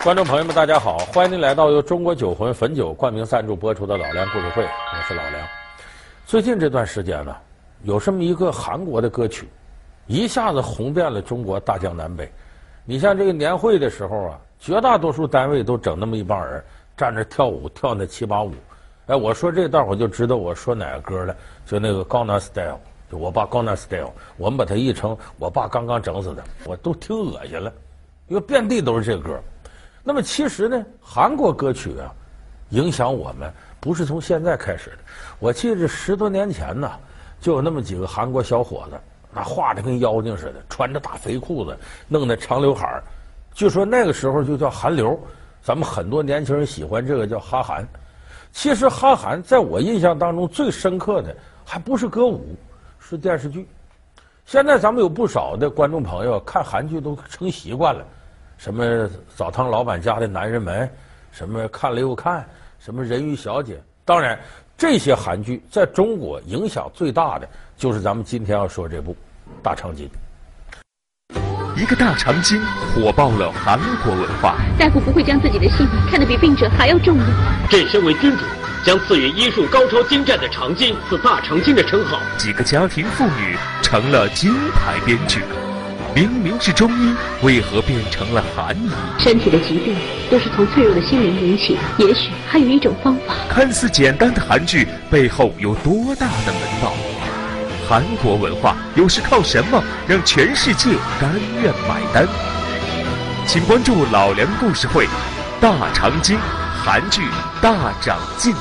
观众朋友们，大家好，欢迎您来到由中国酒魂汾酒冠名赞助播出的老梁故事会，我是老梁。最近这段时间呢，有这么一个韩国的歌曲，一下子红遍了中国大江南北。你像这个年会的时候啊，绝大多数单位都整那么一帮人站着跳舞，跳那7、8舞。哎，我说这道我就知道我说哪个歌了，就那个 Gangnam Style， 就我爸 Gangnam Style， 我们把它译成我爸刚刚整死的，我都听恶心了，因为遍地都是这歌。那么其实呢，韩国歌曲啊，影响我们不是从现在开始的。我记得10多年前呢，就有那么几个韩国小伙子，那画的跟妖精似的，穿着大肥裤子，弄那长刘海儿，据说那个时候就叫韩流。咱们很多年轻人喜欢这个叫哈韩。其实哈韩在我印象当中最深刻的还不是歌舞，是电视剧。现在咱们有不少的观众朋友看韩剧都成习惯了。什么澡堂老板家的男人们，什么看了又看，什么人鱼小姐。当然，这些韩剧在中国影响最大的就是咱们今天要说这部《大长今》。 一个大长今火爆了韩国文化。 大夫不会将自己的性命看得比病者还要重要。 朕身为君主，将赐予医术高超精湛的长今赐大长今的称号。 几个家庭妇女成了金牌编剧。明明是中医，为何变成了韩医？ 身体的疾病都是从脆弱的心灵引起，也许还有一种方法。 看似简单的韩剧背后有多大的门道？韩国文化又是靠什么让全世界甘愿买单？请关注老梁故事会，大长今韩剧大长进。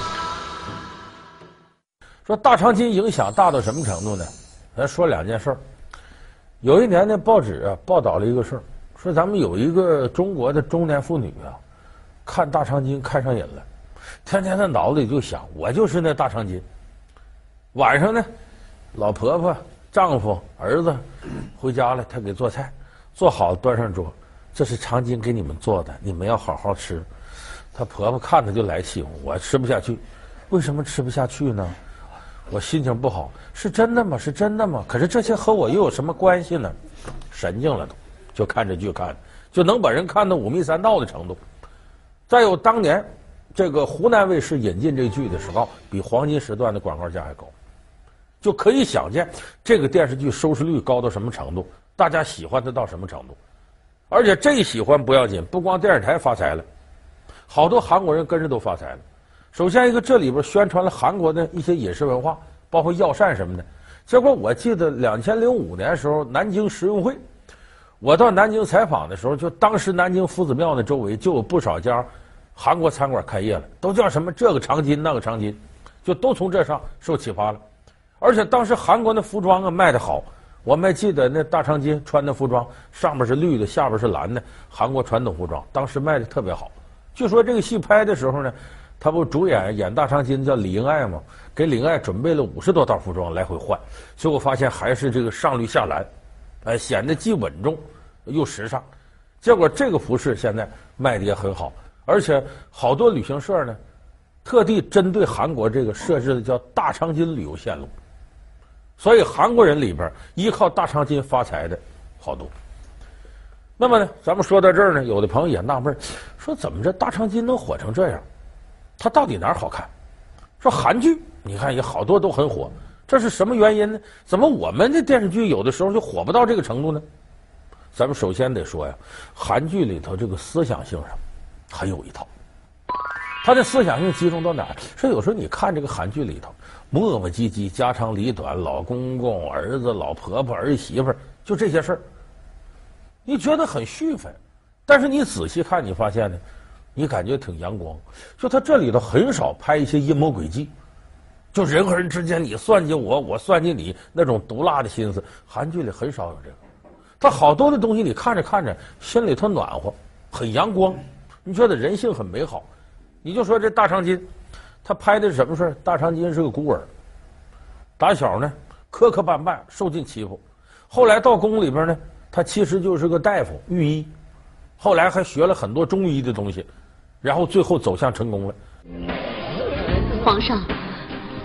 说大长今影响大到什么程度呢？咱说2件事儿。有一年呢，报纸啊报道了一个事儿，说咱们有一个中国的中年妇女啊，看大长今看上瘾了，天天在脑子里就想，我就是那大长今。晚上呢，老婆婆、丈夫、儿子回家了，她给做菜，做好端上桌，这是长今给你们做的，你们要好好吃。她婆婆看着就来气，我吃不下去。为什么吃不下去呢？我心情不好，是真的吗？是真的吗？可是这些和我又有什么关系呢？神经了都，就看这剧看，就能把人看得5迷3道的程度。再有当年这个湖南卫视引进这剧的时候，比黄金时段的广告价还高，就可以想见这个电视剧收视率高到什么程度，大家喜欢它到什么程度。而且这一喜欢不要紧，不光电视台发财了，好多韩国人跟着都发财了。首先一个，这里边宣传了韩国的一些饮食文化，包括药膳什么的。结果我记得2005年的时候，南京食用会，我到南京采访的时候，就当时南京夫子庙的周围就有不少家韩国餐馆开业了，都叫什么这个长今那个长今，就都从这上受启发了。而且当时韩国的服装啊卖得好，我们还记得那大长今穿的服装上面是绿的，下边是蓝的，韩国传统服装，当时卖的特别好。据说这个戏拍的时候呢，他不主演大长今叫李英爱吗？给李英爱准备了50多套服装来回换，结果发现还是这个上绿下蓝，显得既稳重又时尚。结果这个服饰现在卖的也很好，而且好多旅行社呢，特地针对韩国这个设置的叫大长今旅游线路，所以韩国人里边依靠大长今发财的好多。那么呢，咱们说到这儿呢，有的朋友也纳闷，说怎么这大长今能火成这样？它到底哪儿好看？说韩剧你看也好多都很火，这是什么原因呢？怎么我们的电视剧有的时候就火不到这个程度呢？咱们首先得说呀，韩剧里头这个思想性上很有一套。它的思想性集中到哪儿？说有时候你看这个韩剧里头磨磨唧唧、家长里短、老公公、儿子、老婆婆、儿媳妇，就这些事儿，你觉得很絮烦，但是你仔细看，你发现呢，你感觉挺阳光。就他这里头很少拍一些阴谋诡计，就人和人之间你算计我，我算计你那种毒辣的心思，韩剧里很少有这个。他好多的东西你看着看着心里头暖和，很阳光，你觉得人性很美好。你就说这大长今，他拍的是什么事儿？大长今是个孤儿，打小呢磕磕绊绊，受尽欺负，后来到宫里边呢，他其实就是个大夫御医，后来还学了很多中医的东西，然后最后走向成功了。 皇上，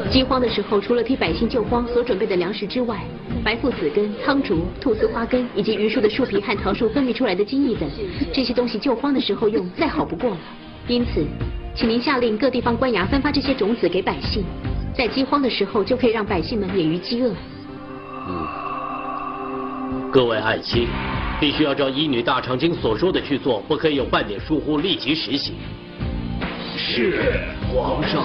饥荒的时候，除了替百姓救荒所准备的粮食之外，白附子根、汤竹、菟丝花根以及榆树的树皮和桃树分泌出来的精液等，这些东西救荒的时候用，再好不过了。因此，请您下令各地方官衙分发这些种子给百姓，在饥荒的时候就可以让百姓们免于饥饿。 各位爱卿，必须要照医女大长今所说的去做，不可以有半点疏忽，立即实行。 是，皇上。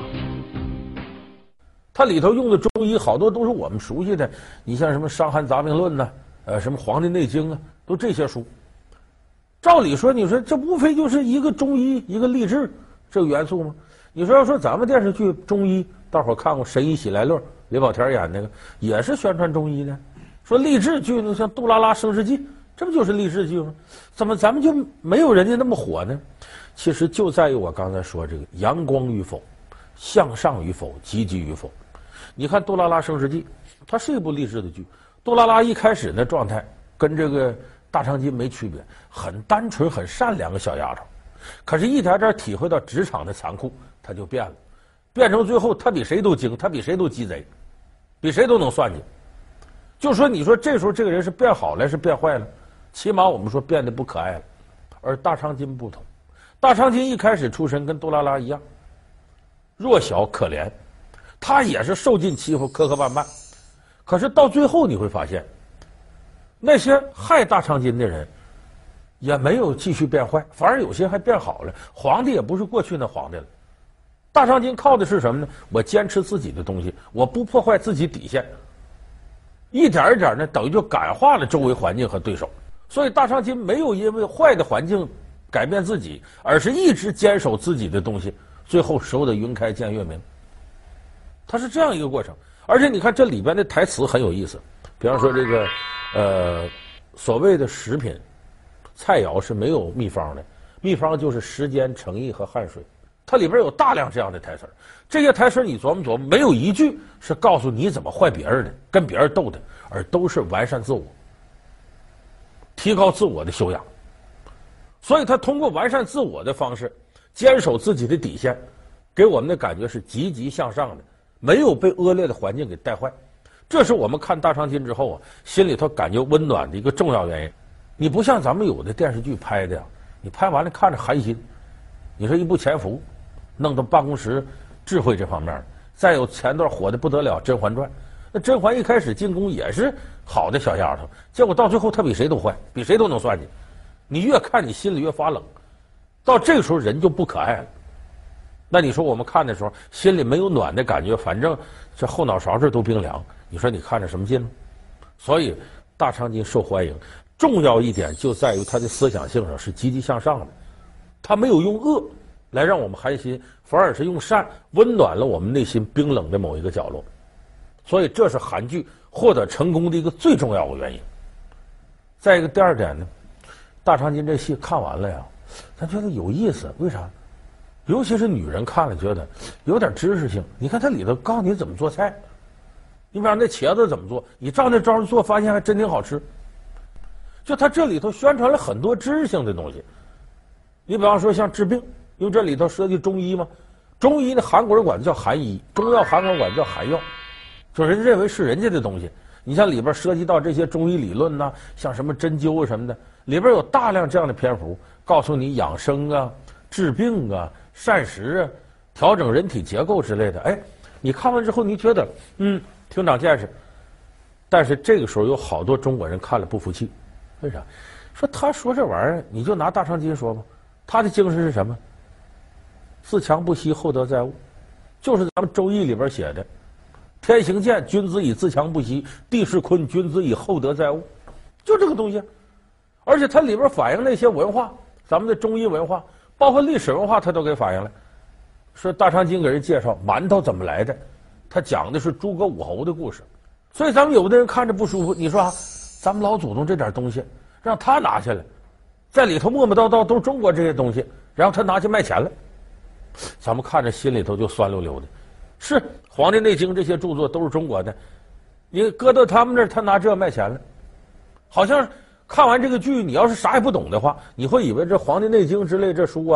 它里头用的中医好多都是我们熟悉的，你像什么《伤寒杂病论》呐，什么《黄帝内经》啊，都这些书。照理说，你说这无非就是一个中医，一个励志这个元素吗？你说要说咱们电视剧中医，大伙儿看过《神医喜来乐》，李保田演那个，也是宣传中医的。说励志剧呢，像《杜拉拉升世记》，这不就是励志剧吗？怎么咱们就没有人家那么火呢？其实就在于我刚才说这个阳光与否，向上与否，积极与否。你看《杜拉拉升世记》，它是一部励志的剧。杜拉拉一开始的状态跟这个大长今没区别，很单纯、很善良的小丫头。可是，一点点体会到职场的残酷，她就变了，变成最后她比谁都精，她比谁都鸡贼，比谁都能算计。就说你说这时候这个人是变好了，是变坏了？起码我们说变得不可爱了。而大长今不同，大长今一开始出身跟杜拉拉一样，弱小可怜。他也是受尽欺负，磕磕绊绊，可是到最后你会发现，那些害大长今的人也没有继续变坏，反而有些还变好了。皇帝也不是过去那皇帝了。大长今靠的是什么呢？我坚持自己的东西，我不破坏自己底线，一点一点呢，等于就感化了周围环境和对手。所以大长今没有因为坏的环境改变自己，而是一直坚守自己的东西，最后守得云开见月明。它是这样一个过程，而且你看这里边的台词很有意思，比方说这个所谓的食品菜肴是没有秘方的，秘方就是时间、诚意和汗水，它里边有大量这样的台词。这些台词你琢磨琢磨，没有一句是告诉你怎么坏别人的，跟别人斗的，而都是完善自我，提高自我的修养。所以他通过完善自我的方式，坚守自己的底线，给我们的感觉是积极向上的，没有被恶劣的环境给带坏。这是我们看大长今之后啊，心里头感觉温暖的一个重要原因。你不像咱们有的电视剧拍的呀，你拍完了看着寒心。你说一部《潜伏》，弄到办公室智慧这方面，再有前段火的不得了《甄嬛传》，那甄嬛一开始进宫也是好的小丫头，结果到最后她比谁都坏，比谁都能算计。你越看你心里越发冷，到这个时候人就不可爱了。那你说我们看的时候心里没有暖的感觉，反正这后脑勺这都冰凉，你说你看着什么劲呢？所以大长今受欢迎，重要一点就在于他的思想性上是积极向上的，他没有用恶来让我们寒心，反而是用善温暖了我们内心冰冷的某一个角落。所以这是韩剧获得成功的一个最重要的原因。再一个第二点呢，大长今这戏看完了呀，咱觉得有意思，为啥？尤其是女人看了觉得有点知识性。你看它里头告诉你怎么做菜，你比方那茄子怎么做，你照那招做，发现还真挺好吃。就它这里头宣传了很多知识性的东西。你比方说像治病，因为这里头涉及中医嘛，中医呢韩国人管叫韩医，中药韩国人管叫韩药，就人认为是人家的东西。你像里边涉及到这些中医理论呐，像什么针灸啊什么的，里边有大量这样的篇幅，告诉你养生啊、治病啊、膳食啊、调整人体结构之类的。哎，你看完之后你觉得挺长见识，但是这个时候有好多中国人看了不服气。为啥？说他说这玩意儿，你就拿大长今说吧，他的精神是什么？自强不息，厚德载物，就是咱们《周易》里边写的。天行健，君子以自强不息；地势坤，君子以厚德载物，就这个东西。而且它里边反映那些文化，咱们的中医文化，包括历史文化，它都给反映了。说大长今给人介绍馒头怎么来的，他讲的是诸葛武侯的故事。所以咱们有的人看着不舒服，你说咱们老祖宗这点东西让他拿下来，在里头磨磨叨叨都是中国这些东西，然后他拿去卖钱了，咱们看着心里头就酸溜溜的。是《黄帝内经》这些著作都是中国的，你搁到他们这儿，他拿这卖钱了。好像看完这个剧，你要是啥也不懂的话，你会以为这《黄帝内经》之类这书啊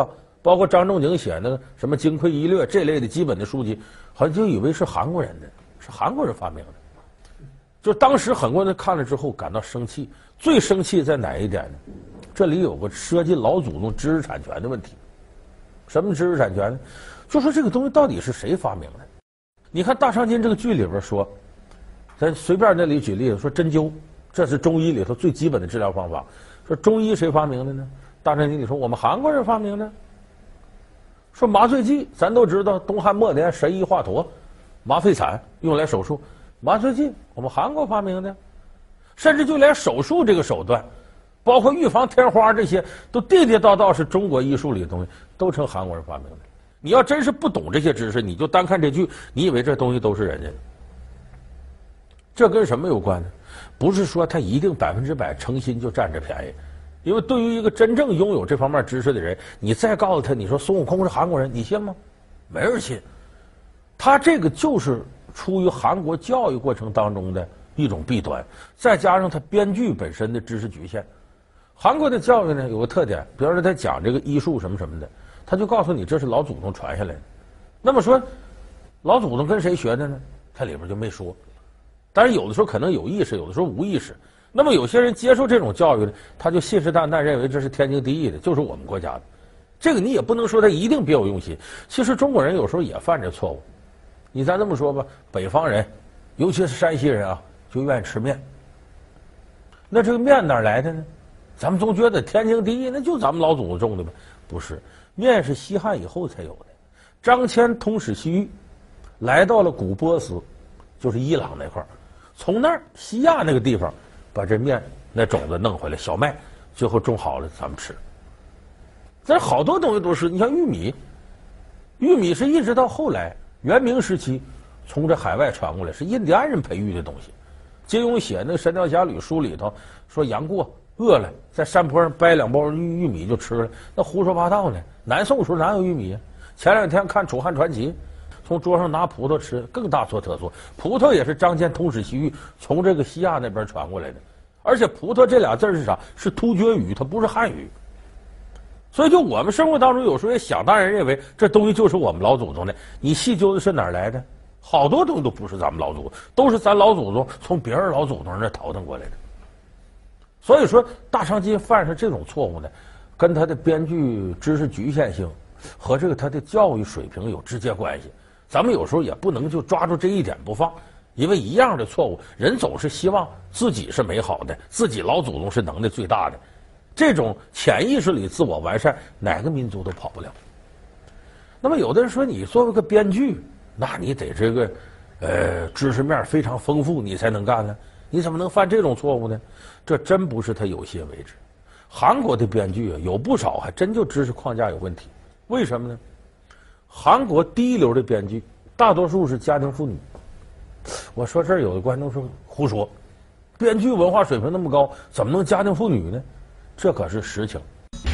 包括张仲景写的什么《金匮一略》这类的基本的书籍，好像就以为是韩国人的，是韩国人发明的。就当时很多人看了之后感到生气，最生气在哪一点呢？这里有个涉及老祖宗知识产权的问题。什么知识产权呢？就说这个东西到底是谁发明的？你看《大长今》这个剧里边说，咱随便那里举例子说针灸，这是中医里头最基本的治疗方法。说中医谁发明的呢？《大长今》里说我们韩国人发明的。说麻醉剂，咱都知道东汉末年神医华佗，麻沸散用来手术，麻醉剂我们韩国发明的。甚至就连手术这个手段，包括预防天花这些，都地地道道是中国医术里的东西，都成韩国人发明的。你要真是不懂这些知识，你就单看这剧，你以为这东西都是人家的。这跟什么有关呢？不是说他一定100%诚心就占这便宜，因为对于一个真正拥有这方面知识的人，你再告诉他你说孙悟空是韩国人，你信吗？没人信。他这个就是出于韩国教育过程当中的一种弊端，再加上他编剧本身的知识局限。韩国的教育呢有个特点，比方说他讲这个医术什么什么的，他就告诉你这是老祖宗传下来的。那么说老祖宗跟谁学的呢？他里边就没说。当然有的时候可能有意识，有的时候无意识。那么有些人接受这种教育呢，他就信誓旦旦认为这是天经地义的，就是我们国家的。这个你也不能说他一定别有用心。其实中国人有时候也犯这错误。你咱这么说吧，北方人，尤其是山西人啊，就愿意吃面。那这个面哪来的呢？咱们总觉得天经地义，那就咱们老祖宗种的呗。不是，面是西汉以后才有的。张骞通使西域，来到了古波斯，就是伊朗那块儿，从那儿西亚那个地方把这面那种子弄回来，小麦最后种好了，咱们吃。咱好多东西都是，你像玉米，玉米是一直到后来元明时期从这海外传过来，是印第安人培育的东西。金庸写那《神雕侠侣》书里头说杨过饿了，在山坡上掰2包玉米就吃了，那胡说八道呢。南宋时候哪有玉米啊？前2天看《楚汉传奇》，从桌上拿葡萄吃，更大错特错。葡萄也是张骞通使西域，从这个西亚那边传过来的。而且葡萄这俩字是啥？是突厥语，它不是汉语。所以就我们生活当中有时候也想当然认为这东西就是我们老祖宗的，你细究的是哪儿来的？好多东西都不是咱们老祖宗，都是咱老祖宗从别人老祖宗那淘腾过来的。所以说大长今犯上这种错误呢，跟他的编剧知识局限性和这个他的教育水平有直接关系。咱们有时候也不能就抓住这一点不放，因为一样的错误，人总是希望自己是美好的，自己老祖宗是能耐最大的。这种潜意识里自我完善，哪个民族都跑不了。那么有的人说，你作为个编剧，那你得这个知识面非常丰富，你才能干呢。你怎么能犯这种错误呢？这真不是他有心为之。韩国的编剧啊，有不少还真就知识框架有问题。为什么呢？韩国第一流的编剧大多数是家庭妇女。我说这儿有的观众说胡说，编剧文化水平那么高，怎么能家庭妇女呢？这可是实情。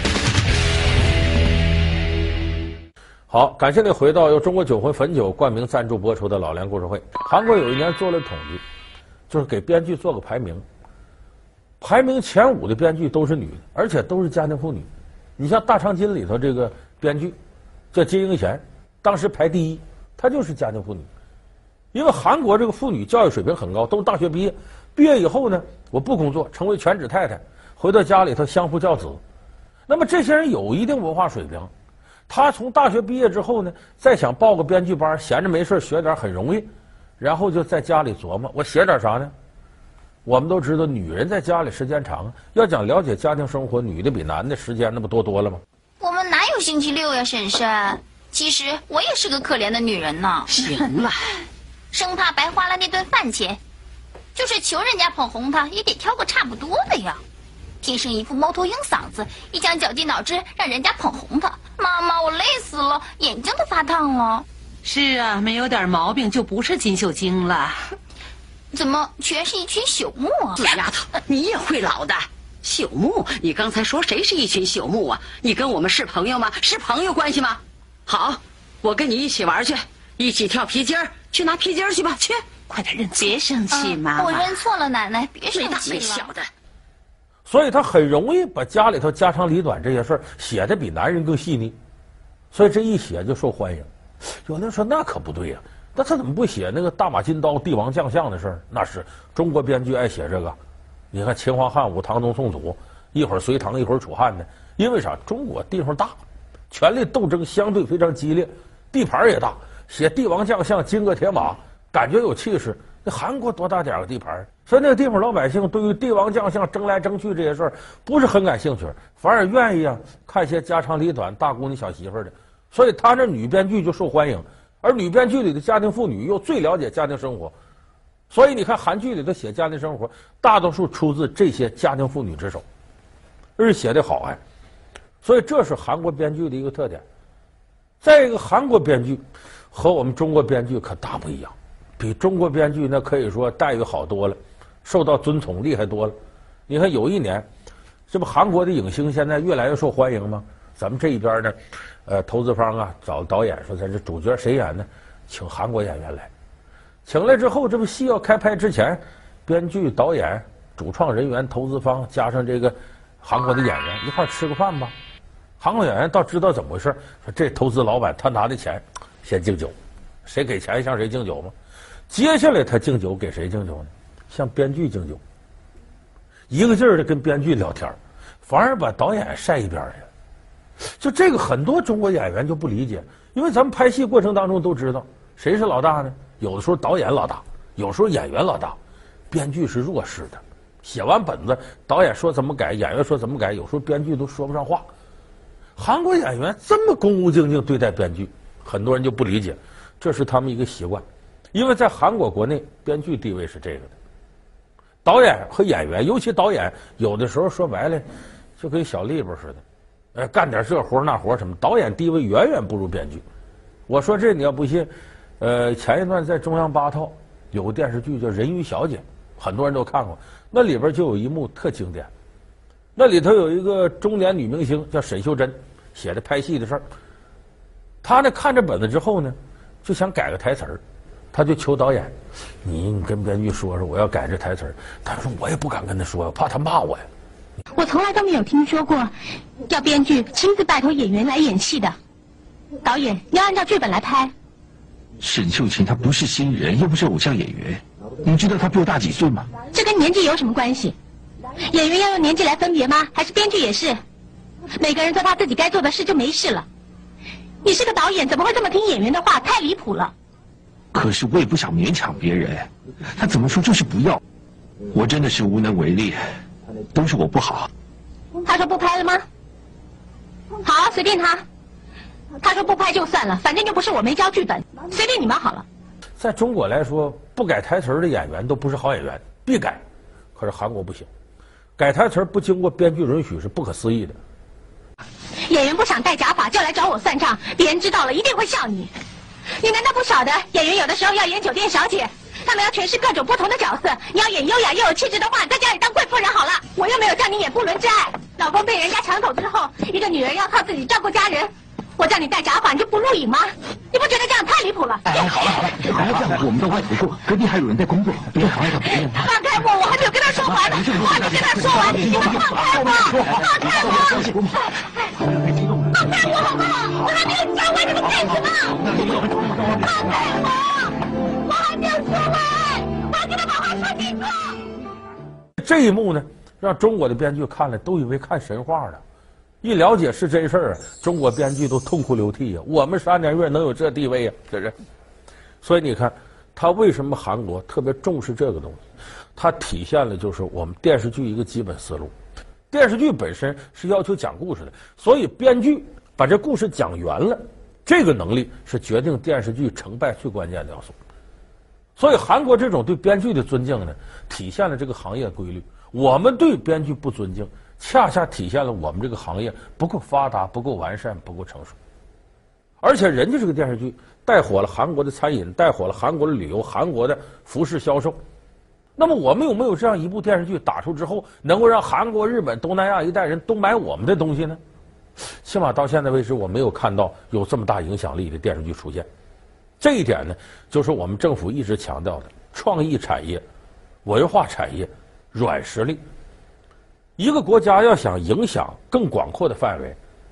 好，感谢您回到由中国酒魂汾酒冠名赞助播出的老梁故事会。韩国有一年做了统计，就是给编剧做个排名，排名前5的编剧都是女的，而且都是家庭妇女。你像《大长今》里头这个编剧叫金英贤，当时排第1，她就是家庭妇女。因为韩国这个妇女教育水平很高，都是大学毕业，毕业以后呢，我不工作，成为全职太太，回到家里头相夫教子。那么这些人有一定文化水平，他从大学毕业之后呢，再想报个编剧班，闲着没事学点很容易，然后就在家里琢磨我写点啥呢？我们都知道女人在家里时间长，要讲了解家庭生活，女的比男的时间那不多了吗？ 我们哪有星期6呀，婶婶？其实我也是个可怜的女人呢。 行了， 生怕白花了那顿饭钱，就是求人家捧红她，也得挑个差不多的呀。天生一副猫头鹰嗓子，一讲绞尽脑汁让人家捧红她。妈妈，我累死了，眼睛都发烫了。 是啊，没有点毛病就不是金秀晶了。 怎么全是一群朽木啊？ 死丫头，你也会老的。朽木？你刚才说谁是一群朽木啊？你跟我们是朋友吗？是朋友关系吗？好，我跟你一起玩去，一起跳皮筋儿，去拿皮筋儿去吧，去，快点认错。别生气，妈妈。 我认错了，奶奶，别生气了。 没大没小的。 所以他很容易把家里头家长里短这些事儿写得比男人更细腻。 所以这一写就受欢迎。有的人说那可不对呀，那他怎么不写那个大马金刀帝王将相的事儿？那是中国编剧爱写这个。你看秦皇汉武、唐宗宋祖，一会儿隋唐一会儿楚汉的，因为啥？中国地方大，权力斗争相对非常激烈，地盘也大，写帝王将相、金戈铁马，感觉有气势。那韩国多大点个地盘？所以那个地方老百姓对于帝王将相争来争去这些事儿不是很感兴趣，反而愿意看些家长里短、大姑娘小媳妇的。所以他这女编剧就受欢迎，而女编剧里的家庭妇女又最了解家庭生活。所以你看韩剧里头写家庭生活，大多数出自这些家庭妇女之手，而且写得好所以这是韩国编剧的一个特点。再一个，韩国编剧和我们中国编剧可大不一样，比中国编剧那可以说待遇好多了，受到尊崇厉害多了。你看有一年，这不韩国的影星现在越来越受欢迎吗？咱们这一边呢，投资方找导演说咱这主角谁演呢？请韩国演员来。请来之后，这不戏要开拍之前，编剧、导演、主创人员、投资方加上这个韩国的演员一块吃个饭吧。韩国演员倒知道怎么回事，说这投资老板他拿的钱先敬酒，谁给钱向谁敬酒吗？接下来他敬酒给谁敬酒呢？向编剧敬酒，一个劲儿的跟编剧聊天，反而把导演晒一边去了。就这个很多中国演员就不理解，因为咱们拍戏过程当中都知道谁是老大呢？有的时候导演老大，有时候演员老大，编剧是弱势的。写完本子，导演说怎么改，演员说怎么改，有时候编剧都说不上话。韩国演员这么恭恭敬敬对待编剧，很多人就不理解，这是他们一个习惯。因为在韩国国内，编剧地位是这个的，导演和演员，尤其导演，有的时候说白了，就跟小利巴似的，干点这活那活什么，导演地位远远不如编剧。我说这你要不信。前一段在中央8套有个电视剧叫《人鱼小姐》，很多人都看过，那里边就有一幕特经典。那里头有一个中年女明星叫沈秀珍，写的拍戏的事儿。她呢看着本子之后呢，就想改个台词儿，她就求导演：“你跟编剧说说，我要改这台词儿。”她说：“我也不敢跟他说，我怕他骂我呀。” 我从来都没有听说过要编剧亲自拜托演员来演戏的。导演，你要按照剧本来拍。 沈秀琴她不是新人，又不是偶像演员，你知道她比我大几岁吗？ 这跟年纪有什么关系？演员要用年纪来分别吗？还是编剧也是？每个人做他自己该做的事就没事了。你是个导演，怎么会这么听演员的话？太离谱了。 可是我也不想勉强别人，他怎么说就是不要，我真的是无能为力，都是我不好。 他说不拍了吗？好，随便他。他说不拍就算了，反正就不是我没交剧本，随便你们好了。 在中国来说，不改台词的演员都不是好演员，必改。可是韩国不行，改台词不经过编剧允许是不可思议的。 演员不想戴假发就来找我算账，别人知道了一定会笑你。你难道不晓得演员有的时候要演酒店小姐，他们要诠释各种不同的角色，你要演优雅又有气质的话，在家里当贵妇人好了。我又没有叫你演不伦之爱，老公被人家抢走之后，一个女人要靠自己照顾家人。我叫你戴假发，你就不录影吗？你不觉得这样太离谱了？ 哎，好了好了，不要这样，我们都外头过，隔壁还有人在工作，别妨碍到别人。 放开我，我还没有跟他说完呢，我还没跟他说完，你们放开我，放开我，放开我好不好？我还没有说完，你们干什么？放开我，我还没有说完，我要跟他把话说清楚。 这一幕呢，让中国的编剧看了都以为看神话了。一了解是真事儿，中国编剧都痛哭流涕呀！我们3年月能有这地位呀？这是，所以你看，他为什么韩国特别重视这个东西？它体现了就是我们电视剧一个基本思路。电视剧本身是要求讲故事的，所以编剧把这故事讲圆了，这个能力是决定电视剧成败最关键的要素。所以韩国这种对编剧的尊敬呢，体现了这个行业规律。我们对编剧不尊敬，恰恰体现了我们这个行业不够发达、不够完善、不够成熟。而且人家这个电视剧带火了韩国的餐饮，带火了韩国的旅游，韩国的服饰销售。那么我们有没有这样一部电视剧打出之后，能够让韩国、日本、东南亚一代人都买我们的东西呢？起码到现在为止，我没有看到有这么大影响力的电视剧出现。这一点呢，就是我们政府一直强调的创意产业、文化产业、软实力。一个国家要想影响更广阔的范围，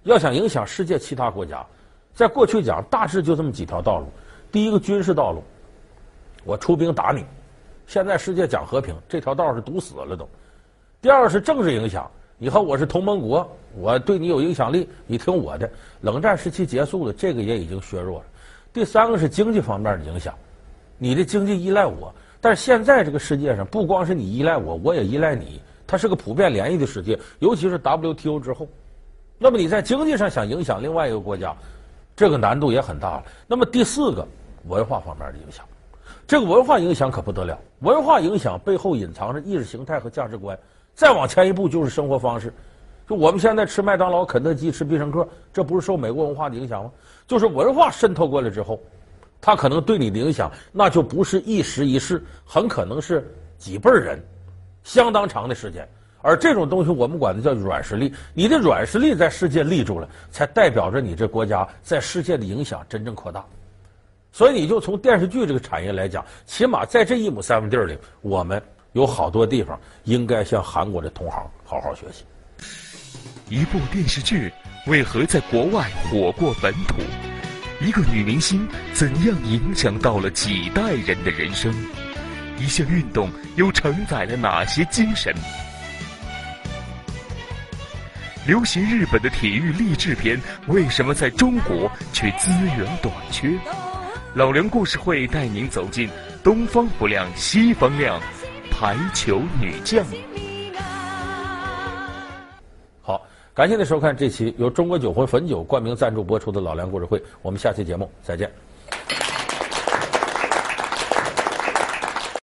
要想影响世界其他国家，在过去讲大致就这么几条道路。第一个军事道路，我出兵打你。现在世界讲和平，这条道是堵死了都。第二个是政治影响，以后我是同盟国，我对你有影响力，你听我的。冷战时期结束了，这个也已经削弱了。第三个是经济方面的影响，你的经济依赖我，但是现在这个世界上不光是你依赖我，我也依赖你，它是个普遍联谊的世界，尤其是 WTO 之后。那么你在经济上想影响另外一个国家，这个难度也很大了。那么第四个，文化方面的影响，这个文化影响可不得了。文化影响背后隐藏着意识形态和价值观，再往前一步就是生活方式。就我们现在吃麦当劳、肯德基、吃必胜客，这不是受美国文化的影响吗？就是文化渗透过来之后，它可能对你的影响，那就不是一时一世，很可能是几辈人，相当长的时间。而这种东西我们管它叫软实力，你的软实力在世界立住了，才代表着你这国家在世界的影响真正扩大。所以你就从电视剧这个产业来讲，起码在这一亩三分地里，我们有好多地方应该向韩国的同行好好学习。 一部电视剧为何在国外火过本土？一个女明星怎样影响到了几代人的人生？一项运动又承载了哪些精神？流行日本的体育励志片为什么在中国却资源短缺？老梁故事会带您走进东方不亮西方亮，排球女将。 好，感谢您收看这期由中国酒魂汾酒冠名赞助播出的老梁故事会，我们下期节目再见。